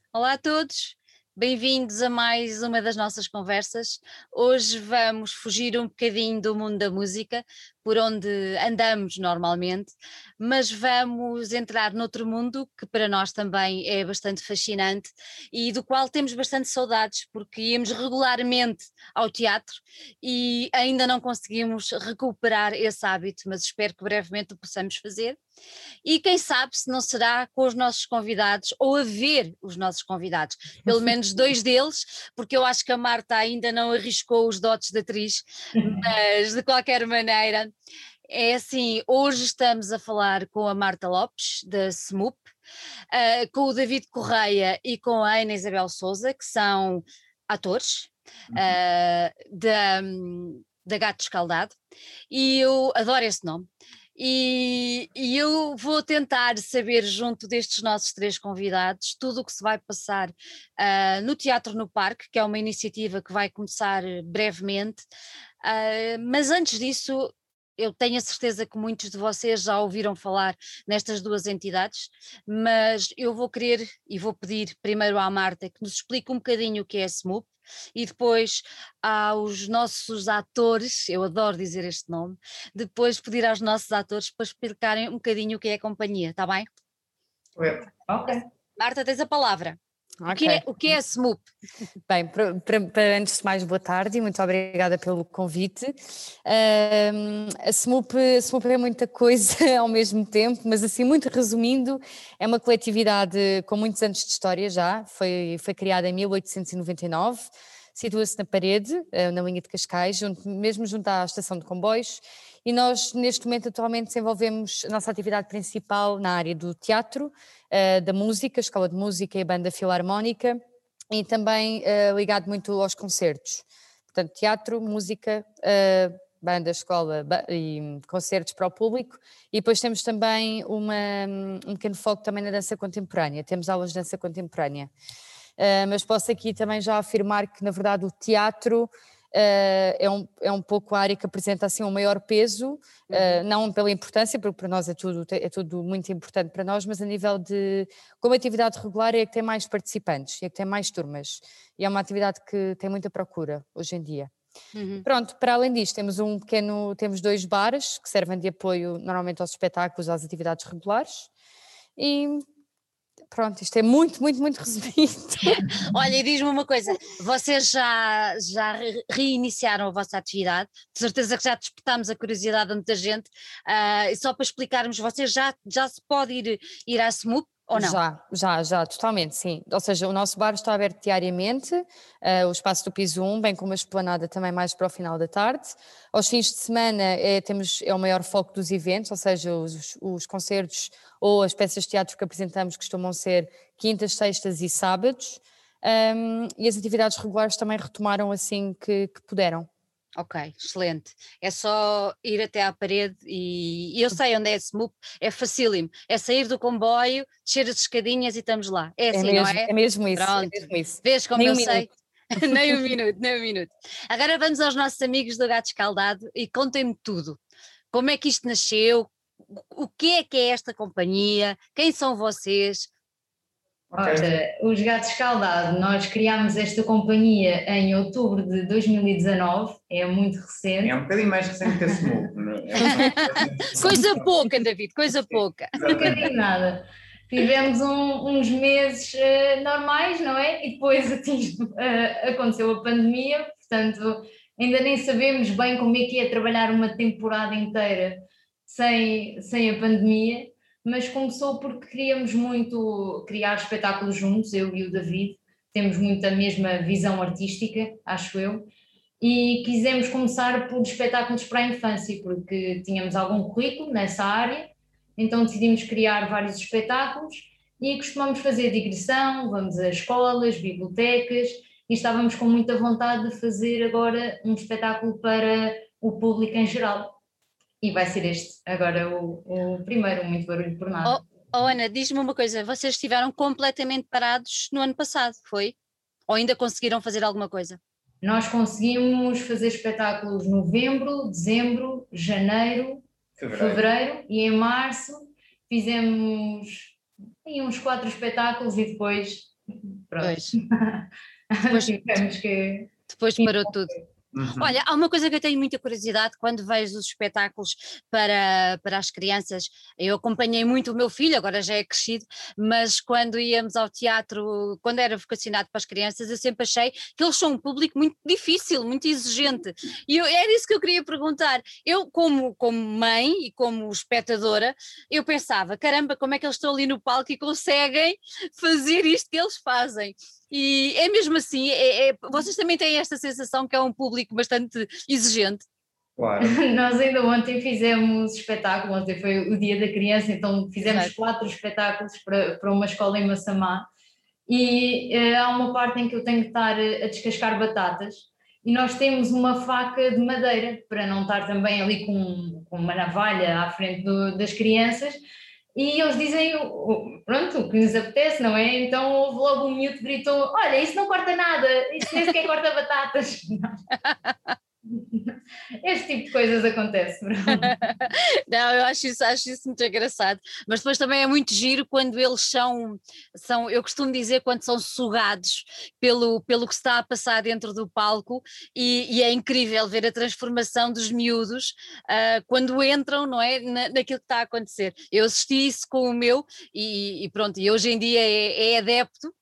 Olá a todos, bem-vindos a mais uma das nossas conversas. Hoje vamos fugir um bocadinho do mundo da música, por onde andamos normalmente, mas vamos entrar noutro mundo que para nós também é bastante fascinante e do qual temos bastante saudades, porque íamos regularmente ao teatro e ainda não conseguimos recuperar esse hábito, mas espero que brevemente o possamos fazer. E quem sabe se não será com os nossos convidados ou a ver os nossos convidados, pelo menos dois deles, porque eu acho que a Marta ainda não arriscou os dotes de atriz, mas de qualquer maneira, é assim, hoje estamos a falar com a Marta Lopes, da SMUP, com o David Correia e com a Ana Isabel Souza, que são atores da Gato Escaldado, e eu adoro esse nome. E eu vou tentar saber, junto destes nossos três convidados, tudo o que se vai passar no Teatro no Parque, que é uma iniciativa que vai começar brevemente, mas antes disso. Eu tenho a certeza que muitos de vocês já ouviram falar nestas duas entidades, mas eu vou querer e vou pedir primeiro à Marta que nos explique um bocadinho o que é a SMUP e depois aos nossos atores, eu adoro dizer este nome, depois pedir aos nossos atores para explicarem um bocadinho o que é a companhia, está bem? Ok. Marta, tens a palavra. Ok. O que é a SMUP? Bem, antes de mais, boa tarde e muito obrigada pelo convite. A SMUP é muita coisa ao mesmo tempo, mas assim, muito resumindo, é uma coletividade com muitos anos de história já, foi criada em 1899, situa-se na parede, na linha de Cascais, mesmo junto à estação de comboios, e nós neste momento atualmente desenvolvemos a nossa atividade principal na área do teatro, da música, escola de música e banda filarmónica, e também ligado muito aos concertos. Portanto, teatro, música, banda, escola e concertos para o público. E depois temos também um pequeno foco também na dança contemporânea. Temos aulas de dança contemporânea. Mas posso aqui também já afirmar que, na verdade, o teatro é um pouco a área que apresenta assim um maior peso, não pela importância, porque para nós é tudo muito importante para nós, mas a nível de, como atividade regular, é a que tem mais participantes, é a que tem mais turmas, e é uma atividade que tem muita procura hoje em dia. Pronto, para além disto temos dois bares que servem de apoio normalmente aos espetáculos, às atividades regulares, e pronto, isto é muito, muito, muito resumido. Olha, e diz-me uma coisa, vocês já reiniciaram a vossa atividade, de certeza que já despertámos a curiosidade de muita gente, e só para explicarmos, vocês já se pode ir à SMUP ou não? Já, totalmente, sim. Ou seja, o nosso bar está aberto diariamente, o espaço do piso 1, bem como a esplanada também mais para o final da tarde. Aos fins de semana é o maior foco dos eventos, ou seja, os concertos ou as peças de teatro que apresentamos costumam ser quintas, sextas e sábados, e as atividades regulares também retomaram assim que puderam. Ok, excelente. É só ir até à parede e eu sei onde é esse MUP, é facílimo. É sair do comboio, descer as escadinhas e estamos lá. É assim, não é? É mesmo isso. Pronto. É mesmo isso. Vês como Nem eu um sei? minuto. Nem um minuto, nem um minuto. Agora vamos aos nossos amigos do Gato Escaldado e contem-me tudo. Como é que isto nasceu? O que é esta companhia? Quem são vocês? Ora, os Gatos Escaldado, nós criámos esta companhia em outubro de 2019, é muito recente. É um bocadinho mais recente que a SMUP, não é? Coisa pouca, David, coisa pouca. Um bocadinho nada. Tivemos uns meses normais, não é? E depois aconteceu a pandemia, portanto ainda nem sabemos bem como é que é trabalhar uma temporada inteira sem a pandemia, mas começou porque queríamos muito criar espetáculos juntos, eu e o David, temos muito a mesma visão artística, acho eu, e quisemos começar por espetáculos para a infância, porque tínhamos algum currículo nessa área, então decidimos criar vários espetáculos e costumamos fazer digressão, vamos a escolas, bibliotecas, e estávamos com muita vontade de fazer agora um espetáculo para o público em geral. E vai ser este agora o primeiro, muito barulho por nada. Ana, diz-me uma coisa, vocês estiveram completamente parados no ano passado, foi? Ou ainda conseguiram fazer alguma coisa? Nós conseguimos fazer espetáculos em novembro, dezembro, janeiro, fevereiro e em março fizemos uns 4 espetáculos e depois Pronto. Pois. Tivemos que... Depois parou tudo. Uhum. Olha, há uma coisa que eu tenho muita curiosidade quando vejo os espetáculos para as crianças. Eu acompanhei muito o meu filho, agora já é crescido, mas quando íamos ao teatro, quando era vocacionado para as crianças, eu sempre achei que eles são um público muito difícil, muito exigente. E era isso que eu queria perguntar. Eu, como mãe e como espectadora, eu pensava, caramba, como é que eles estão ali no palco e conseguem fazer isto que eles fazem? E é mesmo assim, vocês também têm esta sensação que é um público bastante exigente? Claro. Nós ainda ontem fizemos espetáculo, ontem foi o Dia da Criança, então fizemos Exato. 4 espetáculos para uma escola em Massamá e há uma parte em que eu tenho que estar a descascar batatas e nós temos uma faca de madeira para não estar também ali com uma navalha à frente das crianças. E eles dizem, pronto, o que nos apetece, não é? Então houve logo um miúdo que gritou, olha, isso não corta nada, isso nem sequer corta batatas. Este tipo de coisas acontece. Não, eu acho isso muito engraçado, mas depois também é muito giro quando eles eu costumo dizer quando são sugados pelo que está a passar dentro do palco e é incrível ver a transformação dos miúdos quando entram, não é, naquilo que está a acontecer. Eu assisti isso com o meu e pronto, e hoje em dia é adepto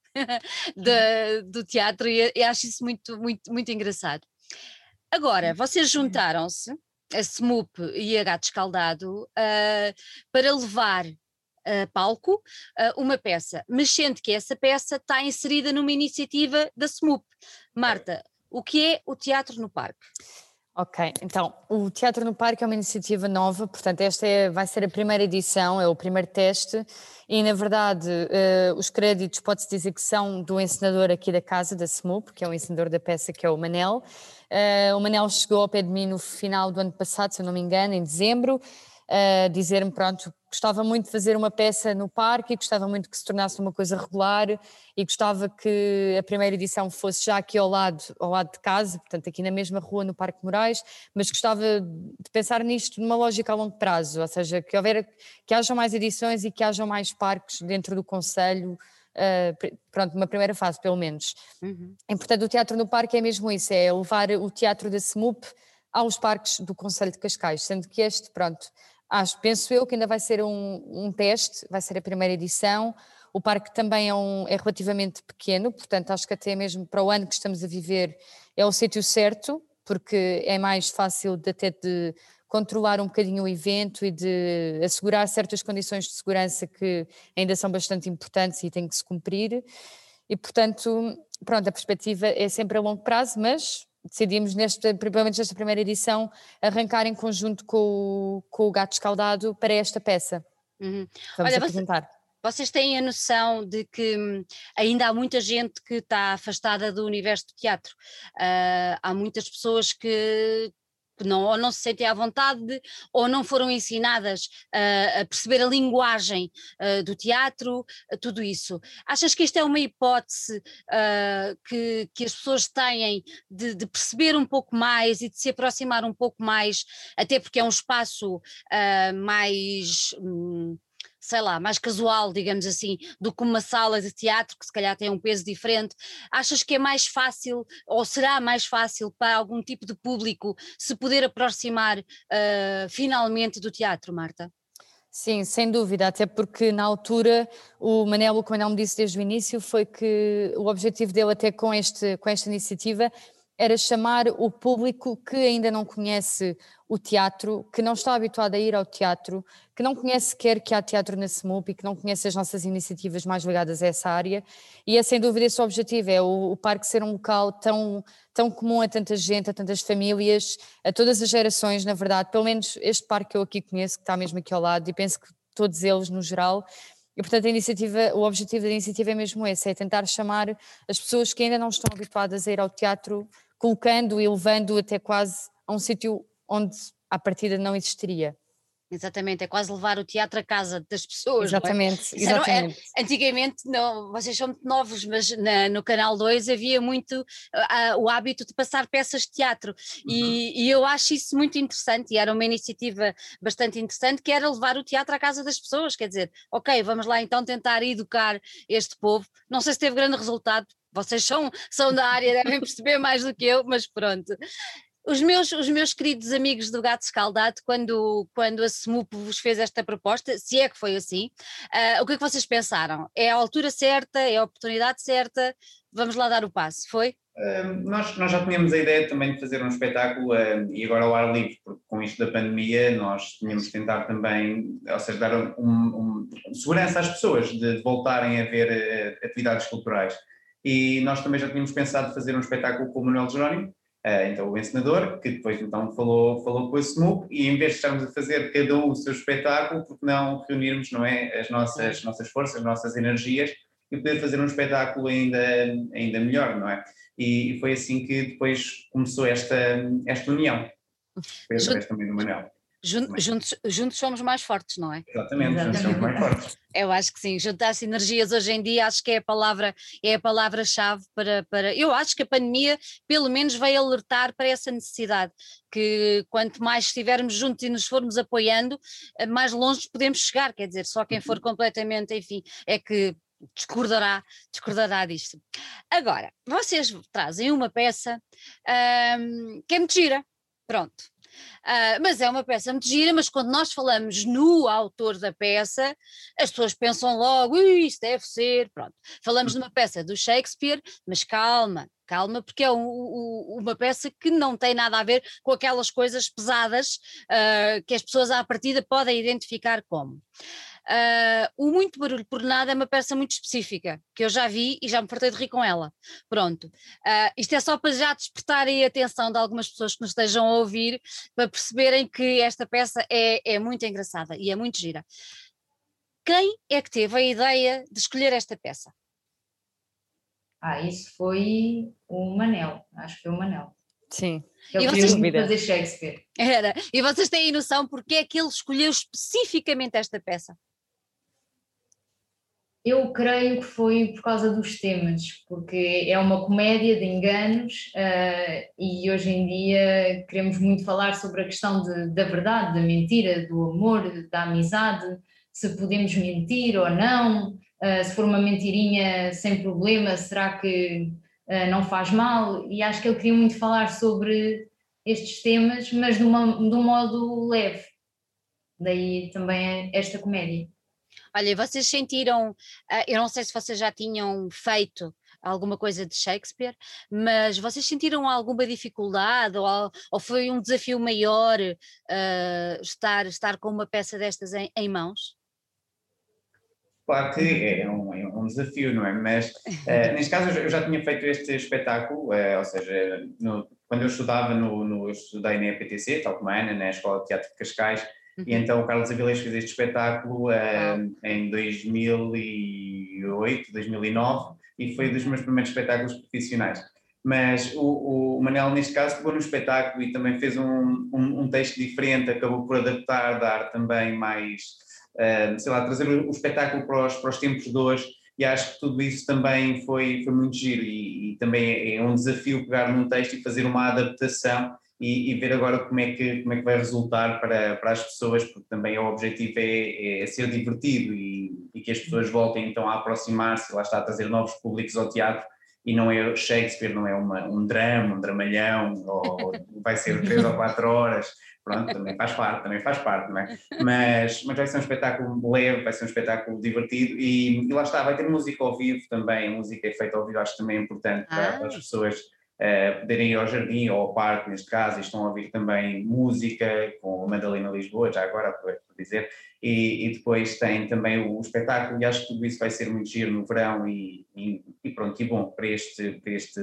do teatro e acho isso muito, muito, muito engraçado. Agora, vocês juntaram-se, a SMUP e a Gato Escaldado, para levar a palco uma peça, mas sendo que essa peça está inserida numa iniciativa da SMUP. Marta, o que é o Teatro no Parque? Ok, então o Teatro no Parque é uma iniciativa nova, portanto esta vai ser a primeira edição, é o primeiro teste e na verdade os créditos pode-se dizer que são do encenador aqui da casa, da SMUP, que é o encenador da peça, que é o Manel. O Manel chegou ao pé de mim no final do ano passado, se eu não me engano, em dezembro, dizer-me, pronto, gostava muito de fazer uma peça no parque e gostava muito que se tornasse uma coisa regular e gostava que a primeira edição fosse já aqui ao lado de casa, portanto aqui na mesma rua, no Parque Moraes, mas gostava de pensar nisto numa lógica a longo prazo, ou seja, que hajam mais edições e que hajam mais parques dentro do concelho, pronto, numa primeira fase pelo menos. Uhum. E portanto o Teatro no Parque é mesmo isso, é levar o teatro da SMUP aos parques do concelho de Cascais, sendo que este, pronto, penso eu que ainda vai ser um teste, vai ser a primeira edição. O parque também é relativamente pequeno, portanto acho que até mesmo para o ano que estamos a viver é o sítio certo, porque é mais fácil até de controlar um bocadinho o evento e de assegurar certas condições de segurança que ainda são bastante importantes e têm que se cumprir. E portanto, pronto, a perspectiva é sempre a longo prazo, mas decidimos, provavelmente nesta primeira edição, arrancar em conjunto com o Gato Escaldado para esta peça. Uhum. Vamos Olha, apresentar. Vocês têm a noção de que ainda há muita gente que está afastada do universo do teatro. Há muitas pessoas que ou não se sentem à vontade ou não foram ensinadas a perceber a linguagem do teatro, tudo isso. Achas que esta é uma hipótese que as pessoas têm de perceber um pouco mais e de se aproximar um pouco mais, até porque é um espaço mais... sei lá, mais casual, digamos assim, do que uma sala de teatro que se calhar tem um peso diferente. Achas que é mais fácil, ou será mais fácil para algum tipo de público se poder aproximar finalmente do teatro, Marta? Sim, sem dúvida, até porque na altura o que o Manel me disse desde o início foi que o objetivo dele até com esta iniciativa era chamar o público que ainda não conhece o teatro, que não está habituado a ir ao teatro, que não conhece sequer que há teatro na SMUP e que não conhece as nossas iniciativas mais ligadas a essa área. E é sem dúvida esse o objetivo, é o parque ser um local tão comum a tanta gente, a tantas famílias, a todas as gerações, na verdade. Pelo menos este parque que eu aqui conheço, que está mesmo aqui ao lado, e penso que todos eles no geral. E, portanto, o objetivo da iniciativa é mesmo esse, é tentar chamar as pessoas que ainda não estão habituadas a ir ao teatro, colocando e levando até quase a um sítio onde à partida não existiria. Exatamente, é quase levar o teatro à casa das pessoas, não é? Exatamente, Isso era- exatamente. antigamente, não, vocês são muito novos, mas no Canal 2 havia muito o hábito de passar peças de teatro e eu acho isso muito interessante e era uma iniciativa bastante interessante que era levar o teatro à casa das pessoas, quer dizer, ok, vamos lá então tentar educar este povo, não sei se teve grande resultado, vocês são da área, devem perceber mais do que eu, mas pronto. Os meus queridos amigos do Gato Escaldado, quando a SMUP vos fez esta proposta, se é que foi assim, o que é que vocês pensaram? É a altura certa? É a oportunidade certa? Vamos lá dar o passo, foi? Nós já tínhamos a ideia também de fazer um espetáculo e agora ao ar livre, porque com isto da pandemia nós tínhamos de tentar também, ou seja, dar segurança às pessoas de voltarem a ver atividades culturais. E nós também já tínhamos pensado fazer um espetáculo com o Manuel Jerónimo, então o encenador, que depois então falou com a SMUP e em vez de estarmos a fazer cada um o seu espetáculo, porque não reunirmos, não é, as nossas forças, as nossas energias e poder fazer um espetáculo ainda melhor, não é? E foi assim que depois começou esta união, foi através também do Manel. Juntos somos mais fortes, não é? Exatamente, juntos somos mais fortes. Eu acho que sim, juntar-se energias hoje em dia acho que é a palavra-chave para. Eu acho que a pandemia pelo menos veio alertar para essa necessidade, que quanto mais estivermos juntos e nos formos apoiando, mais longe podemos chegar, quer dizer, só quem for completamente, enfim, é que discordará disto. Agora, vocês trazem uma peça que é muito gira, pronto. Mas é uma peça muito gira, mas quando nós falamos no autor da peça, as pessoas pensam logo, isso deve ser, pronto. Falamos de uma peça do Shakespeare, mas calma, porque é uma peça que não tem nada a ver com aquelas coisas pesadas que as pessoas à partida podem identificar como. O Muito Barulho por Nada é uma peça muito específica, que eu já vi e já me fartei de rir com ela. Pronto. Isto é só para já despertarem a atenção de algumas pessoas que nos estejam a ouvir, para perceberem que esta peça é muito engraçada e é muito gira. Quem é que teve a ideia de escolher esta peça? Isso foi o Manel, acho que foi o Manel. Sim. Ele E queria vocês- muito fazer Shakespeare. Era. E vocês têm noção porque é que ele escolheu especificamente esta peça? Eu creio que foi por causa dos temas, porque é uma comédia de enganos, e hoje em dia queremos muito falar sobre a questão da verdade, da mentira, do amor, da amizade, se podemos mentir ou não, se for uma mentirinha sem problema, será que não faz mal? E acho que ele queria muito falar sobre estes temas, mas de um modo leve. Daí também esta comédia. Olha, e vocês sentiram, eu não sei se vocês já tinham feito alguma coisa de Shakespeare, mas vocês sentiram alguma dificuldade ou foi um desafio maior estar com uma peça destas em mãos? Claro que é um desafio, não é? Mas, neste caso, eu já tinha feito este espetáculo, ou seja, quando eu estudava eu estudei na EPTC, tal como a Ana, na Escola de Teatro de Cascais, e então o Carlos Avilés fez este espetáculo em 2008, 2009, e foi dos meus primeiros espetáculos profissionais. Mas o Manel, neste caso, pegou no espetáculo e também fez um texto diferente, acabou por adaptar, dar também mais... sei lá, trazer o espetáculo para os tempos de hoje, e acho que tudo isso também foi muito giro e também é um desafio pegar num texto e fazer uma adaptação e ver agora como é que vai resultar para as pessoas, porque também o objetivo é ser divertido e que as pessoas voltem então a aproximar-se, lá está, a trazer novos públicos ao teatro. E não é Shakespeare, não é um drama, um dramalhão, ou vai ser 3 ou 4 horas, pronto, também faz parte, não é? Mas vai ser um espetáculo leve, vai ser um espetáculo divertido e lá está, vai ter música ao vivo também, música é feita ao vivo, acho que também é importante para as pessoas poderem ir ao jardim ou ao parque, neste caso, e estão a ouvir também música com a Madalena Lisboa, já agora, por dizer, e depois tem também o espetáculo, e acho que tudo isso vai ser muito giro no verão e pronto, e bom, para este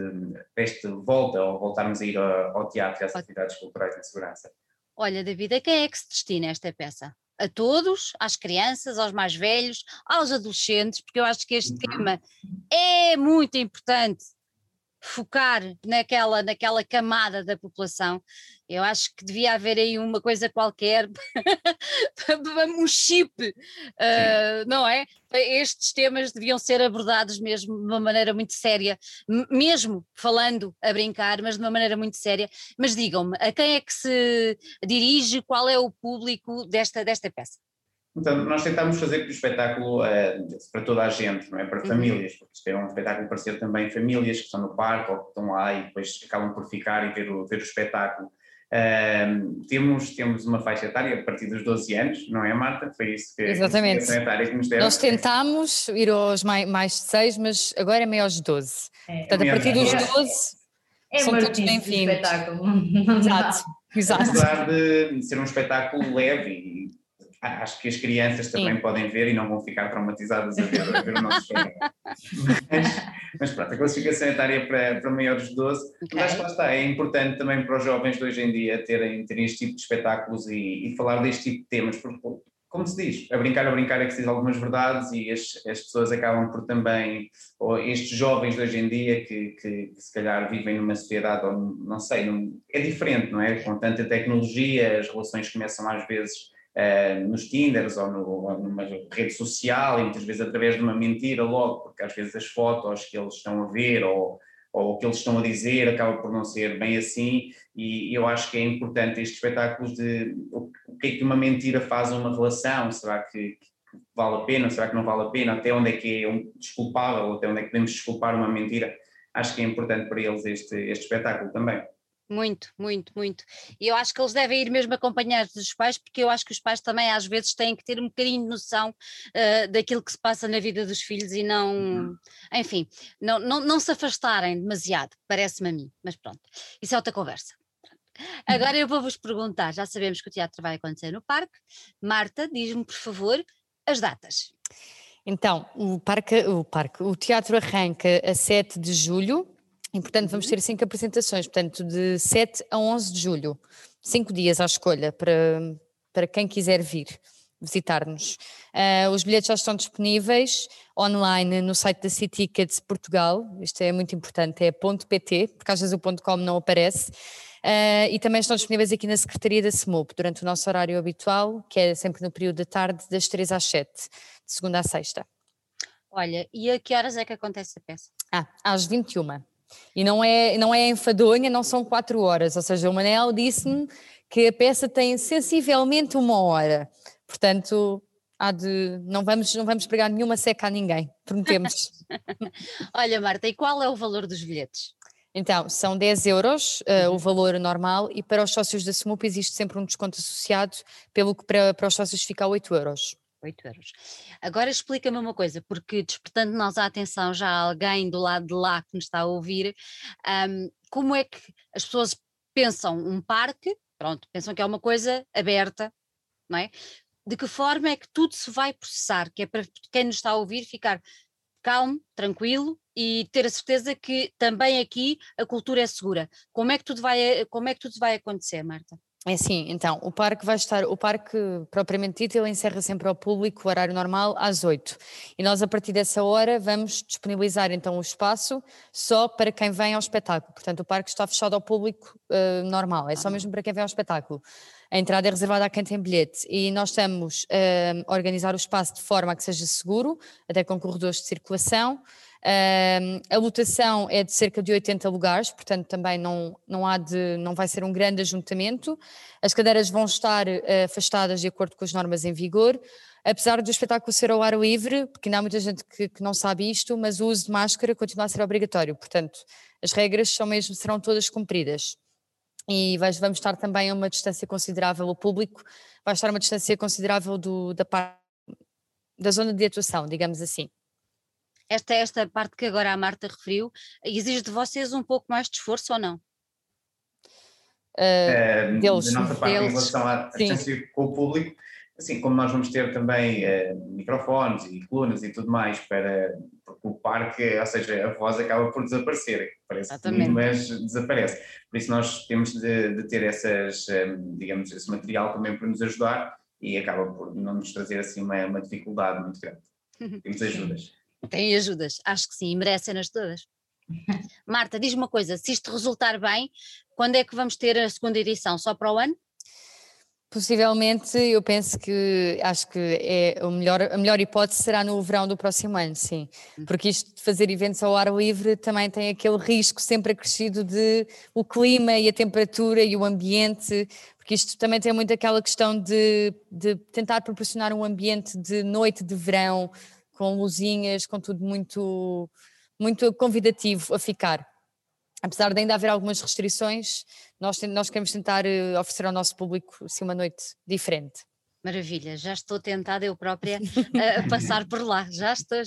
volta, ou voltarmos a ir ao teatro e às atividades culturais em segurança. Olha, David, a quem é que se destina esta peça? A todos? Às crianças, aos mais velhos, aos adolescentes? Porque eu acho que este tema é muito importante focar naquela camada da população. Eu acho que devia haver aí uma coisa qualquer, um chip, não é? Estes temas deviam ser abordados mesmo de uma maneira muito séria, mesmo falando a brincar, mas de uma maneira muito séria. Mas digam-me, a quem é que se dirige, qual é o público desta peça? Então, nós tentámos fazer que o espetáculo para toda a gente, não é? Para famílias, porque isto é um espetáculo para ser também famílias que estão no parque ou que estão lá e depois acabam por ficar e ver o espetáculo. Temos uma faixa etária a partir dos 12 anos, não é, Marta? Foi isso que Exatamente. a etária que nos deram. Nós tentámos ir aos mais de 6, mas agora é maiores de 12. Portanto, a partir dos 12 são todos bem-vindos. Exato. Apesar de ser um espetáculo leve e acho que as crianças também podem ver e não vão ficar traumatizadas a ver o nosso espetáculo. Mas pronto, a classificação etária para maiores de 12, mas acho que lá está, é importante também para os jovens de hoje em dia terem este tipo de espetáculos e falar deste tipo de temas, porque, como se diz, a brincar é que se diz algumas verdades e as pessoas acabam por também, ou estes jovens de hoje em dia que se calhar vivem numa sociedade, ou não sei, é diferente, não é? Com tanta tecnologia, as relações começam às vezes nos Tinders ou numa rede social e muitas vezes através de uma mentira logo, porque às vezes as fotos que eles estão a ver ou o que eles estão a dizer acaba por não ser bem assim e eu acho que é importante estes espetáculos de o que é que uma mentira faz a uma relação, será que vale a pena, será que não vale a pena, até onde é que é desculpável, até onde é que podemos desculpar uma mentira, acho que é importante para eles este espetáculo também. Muito. E eu acho que eles devem ir mesmo acompanhados dos pais, porque eu acho que os pais também às vezes têm que ter um bocadinho de noção daquilo que se passa na vida dos filhos e não, enfim, não se afastarem demasiado, parece-me a mim, mas pronto, isso é outra conversa. Agora eu vou-vos perguntar, já sabemos que o teatro vai acontecer no parque. Marta, diz-me por favor as datas. Então, o teatro arranca a 7 de julho. E, portanto, vamos ter 5 apresentações, portanto, de 7 a 11 de julho, 5 dias à escolha para quem quiser vir visitar-nos. Os bilhetes já estão disponíveis online no site da C-Tickets Portugal, isto é muito importante, é .pt, porque às vezes o .com não aparece, e também estão disponíveis aqui na Secretaria da SMUP, durante o nosso horário habitual, que é sempre no período da tarde, das 3 às 7, de segunda à sexta. Olha, e a que horas é que acontece a peça? Às 21h. E não é enfadonha, não são 4 horas, ou seja, o Manel disse-me que a peça tem sensivelmente 1 hora, portanto não vamos pregar nenhuma seca a ninguém, prometemos. Olha Marta, e qual é o valor dos bilhetes? Então, são 10 euros o valor normal e para os sócios da SMUP existe sempre um desconto associado, pelo que para os sócios fica 8 euros. 8 euros. Agora explica-me uma coisa, porque despertando nós a atenção já há alguém do lado de lá que nos está a ouvir, como é que as pessoas pensam um parque, pronto, pensam que é uma coisa aberta, não é? De que forma é que tudo se vai processar, que é para quem nos está a ouvir ficar calmo, tranquilo e ter a certeza que também aqui a cultura é segura. Como é que tudo vai acontecer, Marta? É assim, então, o parque propriamente dito, ele encerra sempre ao público o horário normal às 8h. E nós a partir dessa hora vamos disponibilizar então o espaço só para quem vem ao espetáculo. Portanto, o parque está fechado ao público normal, é só mesmo para quem vem ao espetáculo. A entrada é reservada a quem tem bilhete e nós estamos a organizar o espaço de forma a que seja seguro, até com corredores de circulação. A lotação é de cerca de 80 lugares, portanto também não vai ser um grande ajuntamento. As cadeiras vão estar afastadas de acordo com as normas em vigor, apesar do espetáculo ser ao ar livre, porque ainda há muita gente que não sabe isto, mas o uso de máscara continua a ser obrigatório, portanto as regras serão todas cumpridas. E vamos estar também a uma distância considerável, o público vai estar a uma distância considerável da zona de atuação, digamos assim. Esta parte que agora a Marta referiu, exige de vocês um pouco mais de esforço ou não? Da nossa parte em relação à distância com o público, assim como nós vamos ter também microfones e colunas e tudo mais porque o parque, ou seja, a voz acaba por desaparecer, parece que mas desaparece. Por isso nós temos de ter digamos, esse material também para nos ajudar e acaba por não nos trazer assim uma dificuldade muito grande. Temos ajudas. Têm ajudas, acho que sim, e merecem-nas todas. Marta, diz-me uma coisa, se isto resultar bem, quando é que vamos ter a segunda edição? Só para o ano? Possivelmente, eu penso que acho que a melhor hipótese será no verão do próximo ano, sim. Porque isto de fazer eventos ao ar livre também tem aquele risco sempre acrescido de o clima e a temperatura e o ambiente, porque isto também tem muito aquela questão de tentar proporcionar um ambiente de noite de verão, com luzinhas, com tudo muito, muito convidativo a ficar. Apesar de ainda haver algumas restrições, nós queremos tentar oferecer ao nosso público assim, uma noite diferente. Maravilha, já estou tentada eu própria a passar por lá, já estou.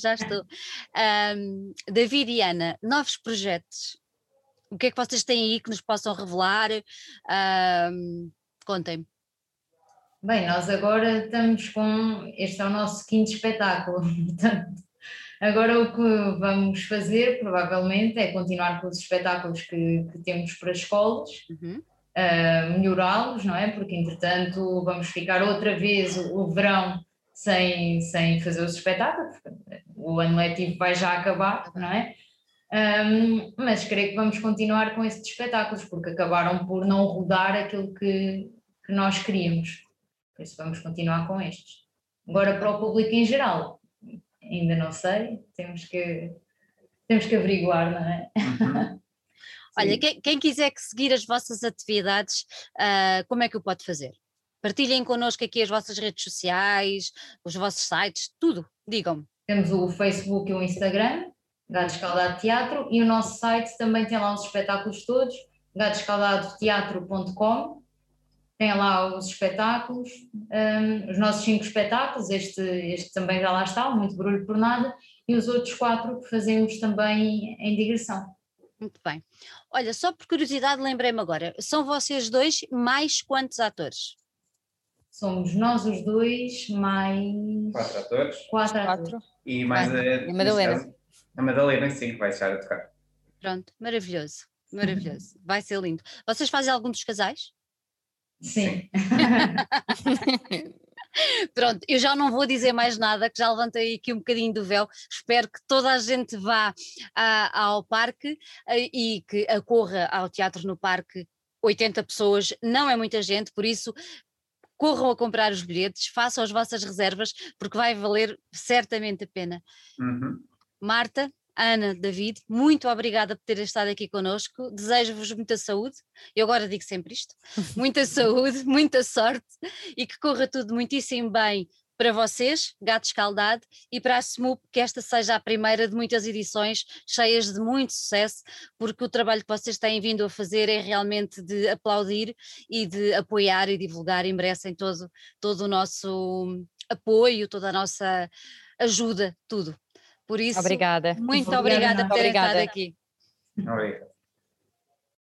David e Ana, novos projetos, o que é que vocês têm aí que nos possam revelar? Contem-me. Bem, nós agora estamos este é o nosso quinto espetáculo, portanto, agora o que vamos fazer provavelmente é continuar com os espetáculos que temos para escolas, melhorá-los, não é? Porque entretanto vamos ficar outra vez o verão sem fazer os espetáculos, o ano letivo vai já acabar, não é? Mas creio que vamos continuar com esses espetáculos porque acabaram por não rodar aquilo que nós queríamos, por isso vamos continuar com estes. Agora para o público em geral, ainda não sei, temos que averiguar, não é? Olha, quem quiser seguir as vossas atividades, como é que o pode fazer? Partilhem connosco aqui as vossas redes sociais, os vossos sites, tudo, digam-me. Temos o Facebook e o Instagram, Gato Escaldado Teatro, e o nosso site também tem lá os espetáculos todos, gatoscaldadoteatro.com, tem lá os espetáculos, os nossos 5 espetáculos, este também já lá está, Muito Barulho por Nada, e os outros 4 que fazemos também em digressão. Muito bem. Olha, só por curiosidade lembrei-me agora, são vocês dois mais quantos atores? Somos nós os dois, mais 4 atores. 4 atores. E mais a Madalena. A Madalena, sim, que vai estar a tocar. Pronto, maravilhoso, vai ser lindo. Vocês fazem algum dos casais? Sim. Pronto, eu já não vou dizer mais nada, que já levantei aqui um bocadinho do véu, espero que toda a gente vá ao parque e que acorra ao Teatro no Parque. 80 pessoas não é muita gente, por isso corram a comprar os bilhetes, façam as vossas reservas, porque vai valer certamente a pena. Marta, Ana, David, muito obrigada por terem estado aqui connosco, desejo-vos muita saúde, eu agora digo sempre isto, muita saúde, muita sorte e que corra tudo muitíssimo bem para vocês, Gato Escaldado, e para a SMUP, que esta seja a primeira de muitas edições cheias de muito sucesso, porque o trabalho que vocês têm vindo a fazer é realmente de aplaudir e de apoiar e divulgar e merecem todo o nosso apoio, toda a nossa ajuda, tudo. Por isso, obrigada. Muito obrigada por terem estado aqui. Obrigado.